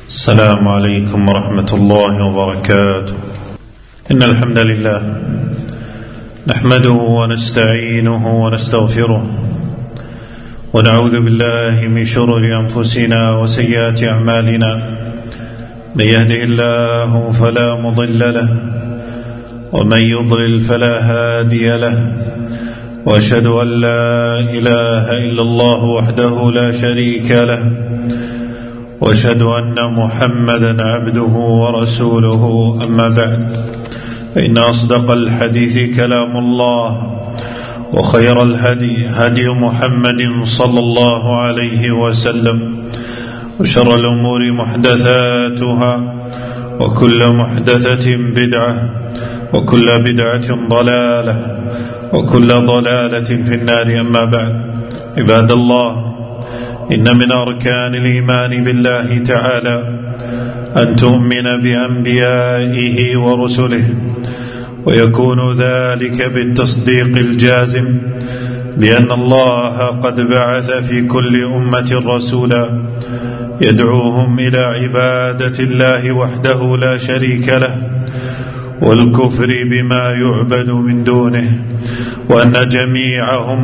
السلام عليكم ورحمة الله وبركاته. إن الحمد لله نحمده ونستعينه ونستغفره ونعوذ بالله من شرور أنفسنا وسيئات أعمالنا. من يهده الله فلا مضل له ومن يضلل فلا هادي له، وأشهد أن لا إله إلا الله وحده لا شريك له، وأشهد أن محمدا عبده ورسوله. أما بعد، فإن أصدق الحديث كلام الله، وخير الهدي هدي محمد صلى الله عليه وسلم، وشر الأمور محدثاتها، وكل محدثة بدعة، وكل بدعة ضلالة، وكل ضلالة في النار. أما بعد، عباد الله، إن من أركان الإيمان بالله تعالى أن تؤمن بأنبيائه ورسله، ويكون ذلك بالتصديق الجازم بأن الله قد بعث في كل أمة رسولا يدعوهم إلى عبادة الله وحده لا شريك له، والكفر بما يعبد من دونه، وأن جميعهم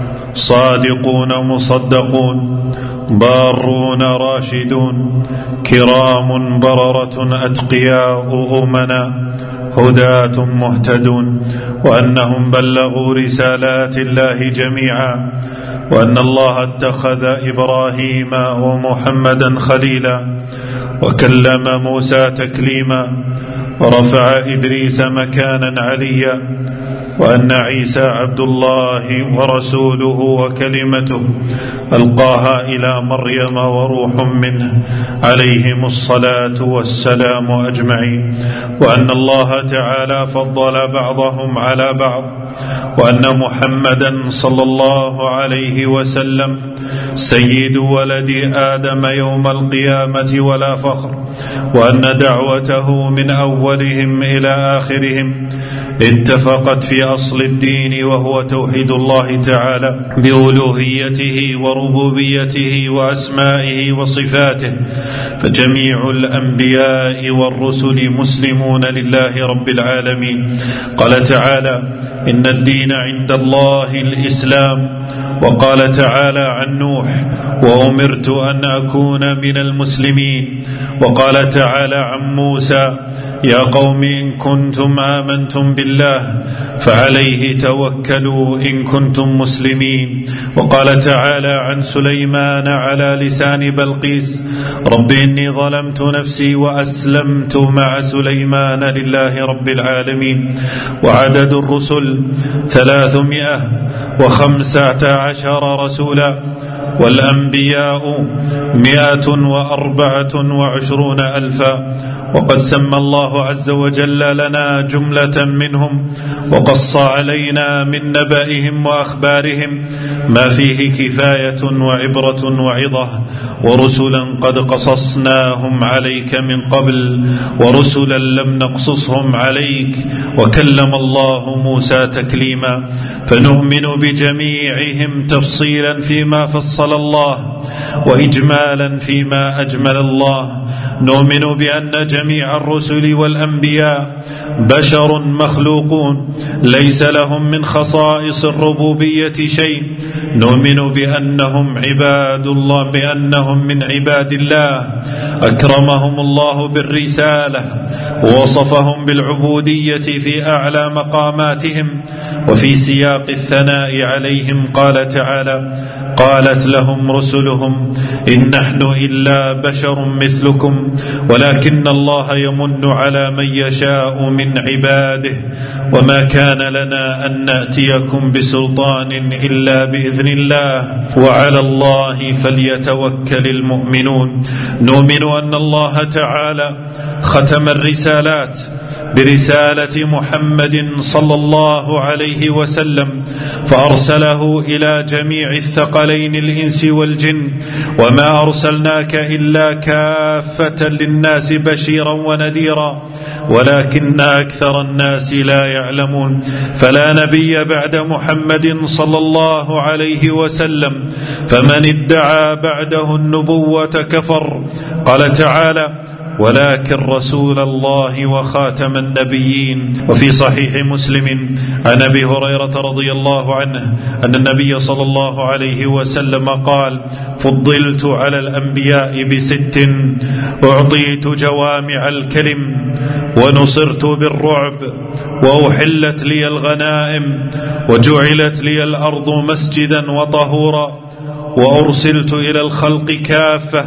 صادقون مصدقون، بارون راشدون، كرام بررة أتقياء أمنا، هداة مهتدون، وأنهم بلغوا رسالات الله جميعا، وأن الله اتخذ إبراهيم ومحمدا خليلا، وكلم موسى تكليما، ورفع إدريس مكانا عليا، وأن عيسى عبد الله ورسوله وكلمته ألقاها إلى مريم وروح منه، عليهم الصلاة والسلام أجمعين، وأن الله تعالى فضل بعضهم على بعض، وأن محمدا صلى الله عليه وسلم سيد ولد آدم يوم القيامة ولا فخر، وأن دعوته من أولهم إلى آخرهم اتفقت في أصل الدين، وهو توحيد الله تعالى بألوهيته وربوبيته وأسمائه وصفاته. فجميع الأنبياء والرسل مسلمون لله رب العالمين. قال تعالى: إن الدين عند الله الإسلام. وقال تعالى عن نوح: وأمرت أن أكون من المسلمين. وقال تعالى عن موسى: يا قوم إن كنتم آمنتم بالله فعليه توكلوا إن كنتم مسلمين. وقال تعالى عن سليمان على لسان بلقيس: رب إني ظلمت نفسي وأسلمت مع سليمان لله رب العالمين. وعدد الرسل 315 رسولا، والأنبياء 124,000. وقد سمى الله عز وجل لنا جملة منهم، وقص علينا من نبأهم وأخبارهم ما فيه كفاية وعبرة وعظة. ورسلا قد قصصناهم عليك من قبل، ورسلا لم نقصصهم عليك، وكلم الله موسى تكليما. فنؤمن بجميعهم تفصيلا فيما فصل الله، وإجمالا فيما أجمل الله. نؤمن بأن جميع الرسل والأنبياء بشر مخلوقون ليس لهم من خصائص الربوبية شيء. نؤمن بأنهم عباد الله، بأنهم من عباد الله أكرمهم الله بالرسالة، ووصفهم بالعبودية في أعلى مقاماتهم. وفي سياق الثناء عليهم قال تعالى: قالت لهم رسلهم إن نحن إلا بشر مثلكم ولكن الله يمن على من يشاء من عباده، وما كان لنا أن نأتيكم بسلطان إلا بإذن الله، وعلى الله فليتوكل المؤمنون. نؤمن أن الله تعالى ختم الرسالات برسالة محمد صلى الله عليه وسلم، فأرسله إلى جميع الثقلين الإنس والجن وما أرسلناك إلا كافة للناس بشيرا ونذيرا ولكن أكثر الناس لا يعلمون. فلا نبي بعد محمد صلى الله عليه وسلم، فمن ادعى بعده النبوة كفر. قال تعالى: ولكن رسول الله وخاتم النبيين. وفي صحيح مسلم عن أبي هريرة رضي الله عنه أن النبي صلى الله عليه وسلم قال: فضلت على الأنبياء ب6: أعطيت جوامع الكلم، ونصرت بالرعب، وأحلت لي الغنائم، وجعلت لي الأرض مسجدا وطهورا، وأرسلت إلى الخلق كافة،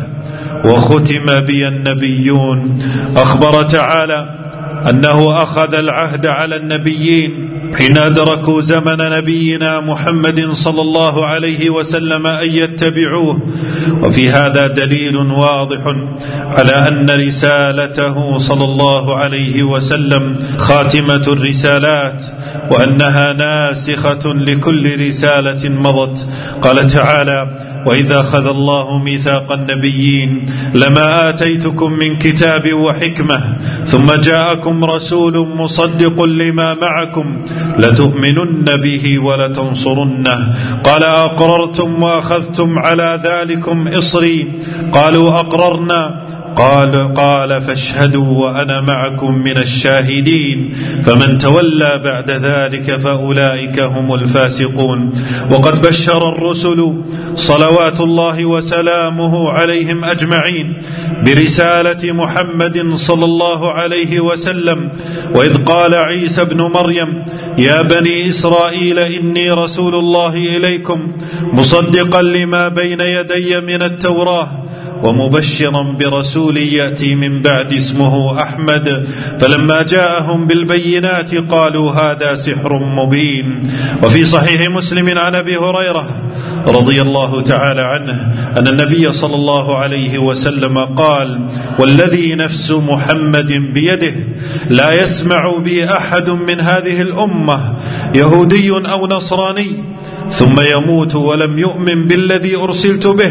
وختم بي النبيون. أخبر تعالى أنه أخذ العهد على النبيين حين أدركوا زمن نبينا محمد صلى الله عليه وسلم أن يتبعوه. وفي هذا دليل واضح على أن رسالته صلى الله عليه وسلم خاتمة الرسالات، وأنها ناسخة لكل رسالة مضت. قال تعالى: وإذا أخذ الله ميثاق النبيين لما آتيتكم من كتاب وحكمة ثم جاءكم رسول مصدق لما معكم لتؤمنن به ولتنصرنه. قال: أقررتم وأخذتم على ذلكم إصري؟ قالوا: أقررنا. قال: فاشهدوا وأنا معكم من الشاهدين. فمن تولى بعد ذلك فأولئك هم الفاسقون. وقد بشر الرسل صلوات الله وسلامه عليهم أجمعين برسالة محمد صلى الله عليه وسلم. وإذ قال عيسى بن مريم: يا بني إسرائيل إني رسول الله إليكم مصدقا لما بين يدي من التوراة ومبشرا برسول يأتي من بعد اسمه أحمد. فلما جاءهم بالبينات قالوا هذا سحر مبين. وفي صحيح مسلم عن أبي هريرة رضي الله تعالى عنه أن النبي صلى الله عليه وسلم قال: والذي نفس محمد بيده لا يسمع بي أحد من هذه الأمة يهودي أو نصراني ثم يموت ولم يؤمن بالذي أرسلت به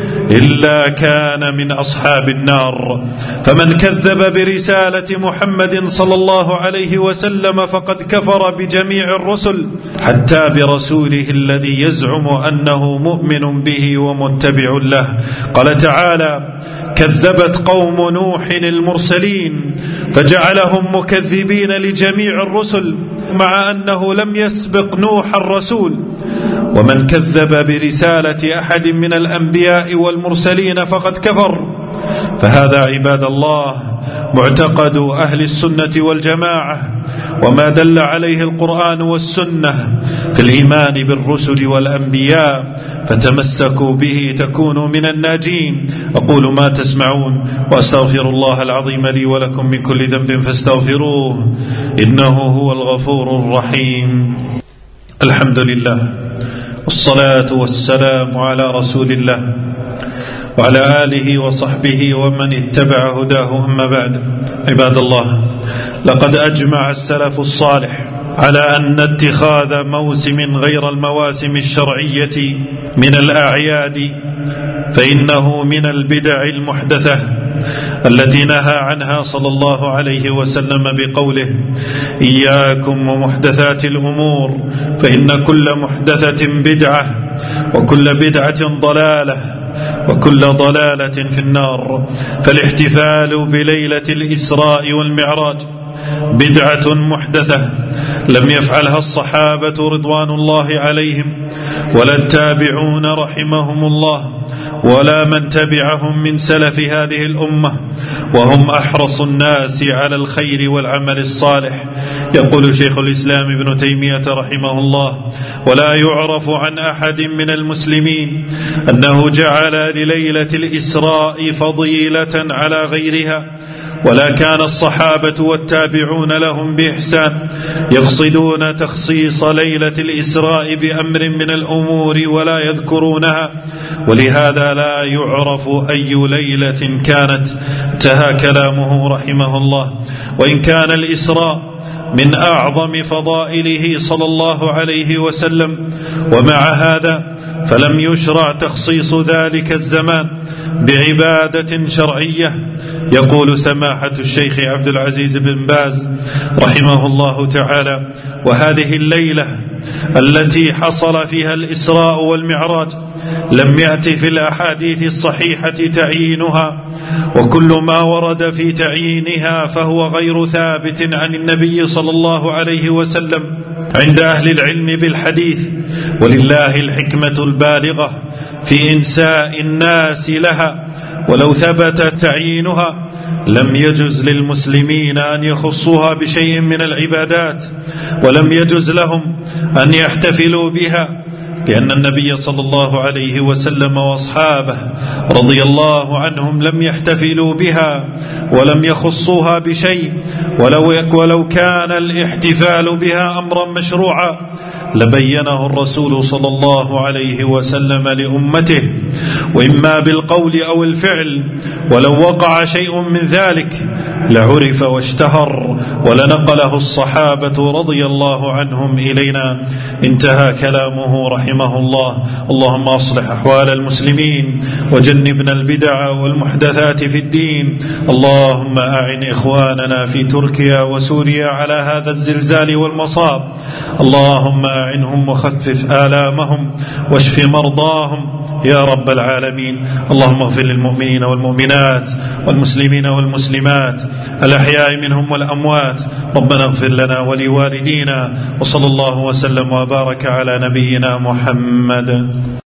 إلا كان من أصحاب النار. فمن كذب برسالة محمد صلى الله عليه وسلم فقد كفر بجميع الرسل حتى برسوله الذي يزعم أنه مؤمن به ومتبع له. قال تعالى: كذبت قوم نوح المرسلين فجعلهم مكذبين لجميع الرسل مع أنه لم يسبق نوح الرسول. ومن كذب برسالة أحد من الأنبياء والمرسلين فقد كفر. فهذا عباد الله معتقد أهل السنة والجماعة، وما دل عليه القرآن والسنة في الإيمان بالرسل والأنبياء، فتمسكوا به تكونوا من الناجين. أقول ما تسمعون وأستغفر الله العظيم لي ولكم من كل ذنب فاستغفروه إنه هو الغفور الرحيم. الحمد لله والصلاة والسلام على رسول الله وعلى آله وصحبه ومن اتبع هداه. أما بعد، عباد الله، لقد أجمع السلف الصالح على أن اتخاذ موسم غير المواسم الشرعية من الأعياد فإنه من البدع المحدثة التي نهى عنها صلى الله عليه وسلم بقوله: إياكم ومحدثات الأمور فإن كل محدثة بدعة وكل بدعة ضلالة وكل ضلالة في النار. فالاحتفال بليلة الإسراء والمعراج بدعة محدثة لم يفعلها الصحابة رضوان الله عليهم ولا التابعون رحمهم الله ولا من تبعهم من سلف هذه الأمة، وهم أحرص الناس على الخير والعمل الصالح. يقول شيخ الإسلام ابن تيمية رحمه الله: ولا يعرف عن أحد من المسلمين أنه جعل لليلة الإسراء فضيلة على غيرها، ولا كان الصحابة والتابعون لهم بإحسان يقصدون تخصيص ليلة الإسراء بأمر من الأمور ولا يذكرونها، ولهذا لا يعرف أي ليلة كانت. انتهى كلامه رحمه الله. وإن كان الإسراء من أعظم فضائله صلى الله عليه وسلم. ومع هذا فلم يشرع تخصيص ذلك الزمان بعبادة شرعية. يقول سماحة الشيخ عبد العزيز بن باز رحمه الله تعالى: وهذه الليلة التي حصل فيها الإسراء والمعراج لم يأت في الأحاديث الصحيحة تعيينها، وكل ما ورد في تعيينها فهو غير ثابت عن النبي صلى الله عليه وسلم عند أهل العلم بالحديث. ولله الحكمة البالغة في إنساء الناس لها، ولو ثبت تعيينها لم يجز للمسلمين أن يخصوها بشيء من العبادات، ولم يجز لهم أن يحتفلوا بها، لأن النبي صلى الله عليه وسلم وأصحابه رضي الله عنهم لم يحتفلوا بها ولم يخصوها بشيء. ولو كان الاحتفال بها أمرا مشروعا لبينه الرسول صلى الله عليه وسلم لأمته، وإما بالقول أو الفعل، ولو وقع شيء من ذلك لعرف واشتهر ولنقله الصحابة رضي الله عنهم إلينا. انتهى كلامه رحمه الله. اللهم أصلح أحوال المسلمين وجنبنا البدع والمحدثات في الدين. اللهم أعن إخواننا في تركيا وسوريا على هذا الزلزال والمصاب. اللهم أعنهم وخفف آلامهم واشف مرضاهم يا رب العالمين. اللهم اغفر للمؤمنين والمؤمنات والمسلمين والمسلمات الأحياء منهم والأموات. ربنا اغفر لنا ولوالدينا، وصلى الله وسلم وبارك على نبينا محمد.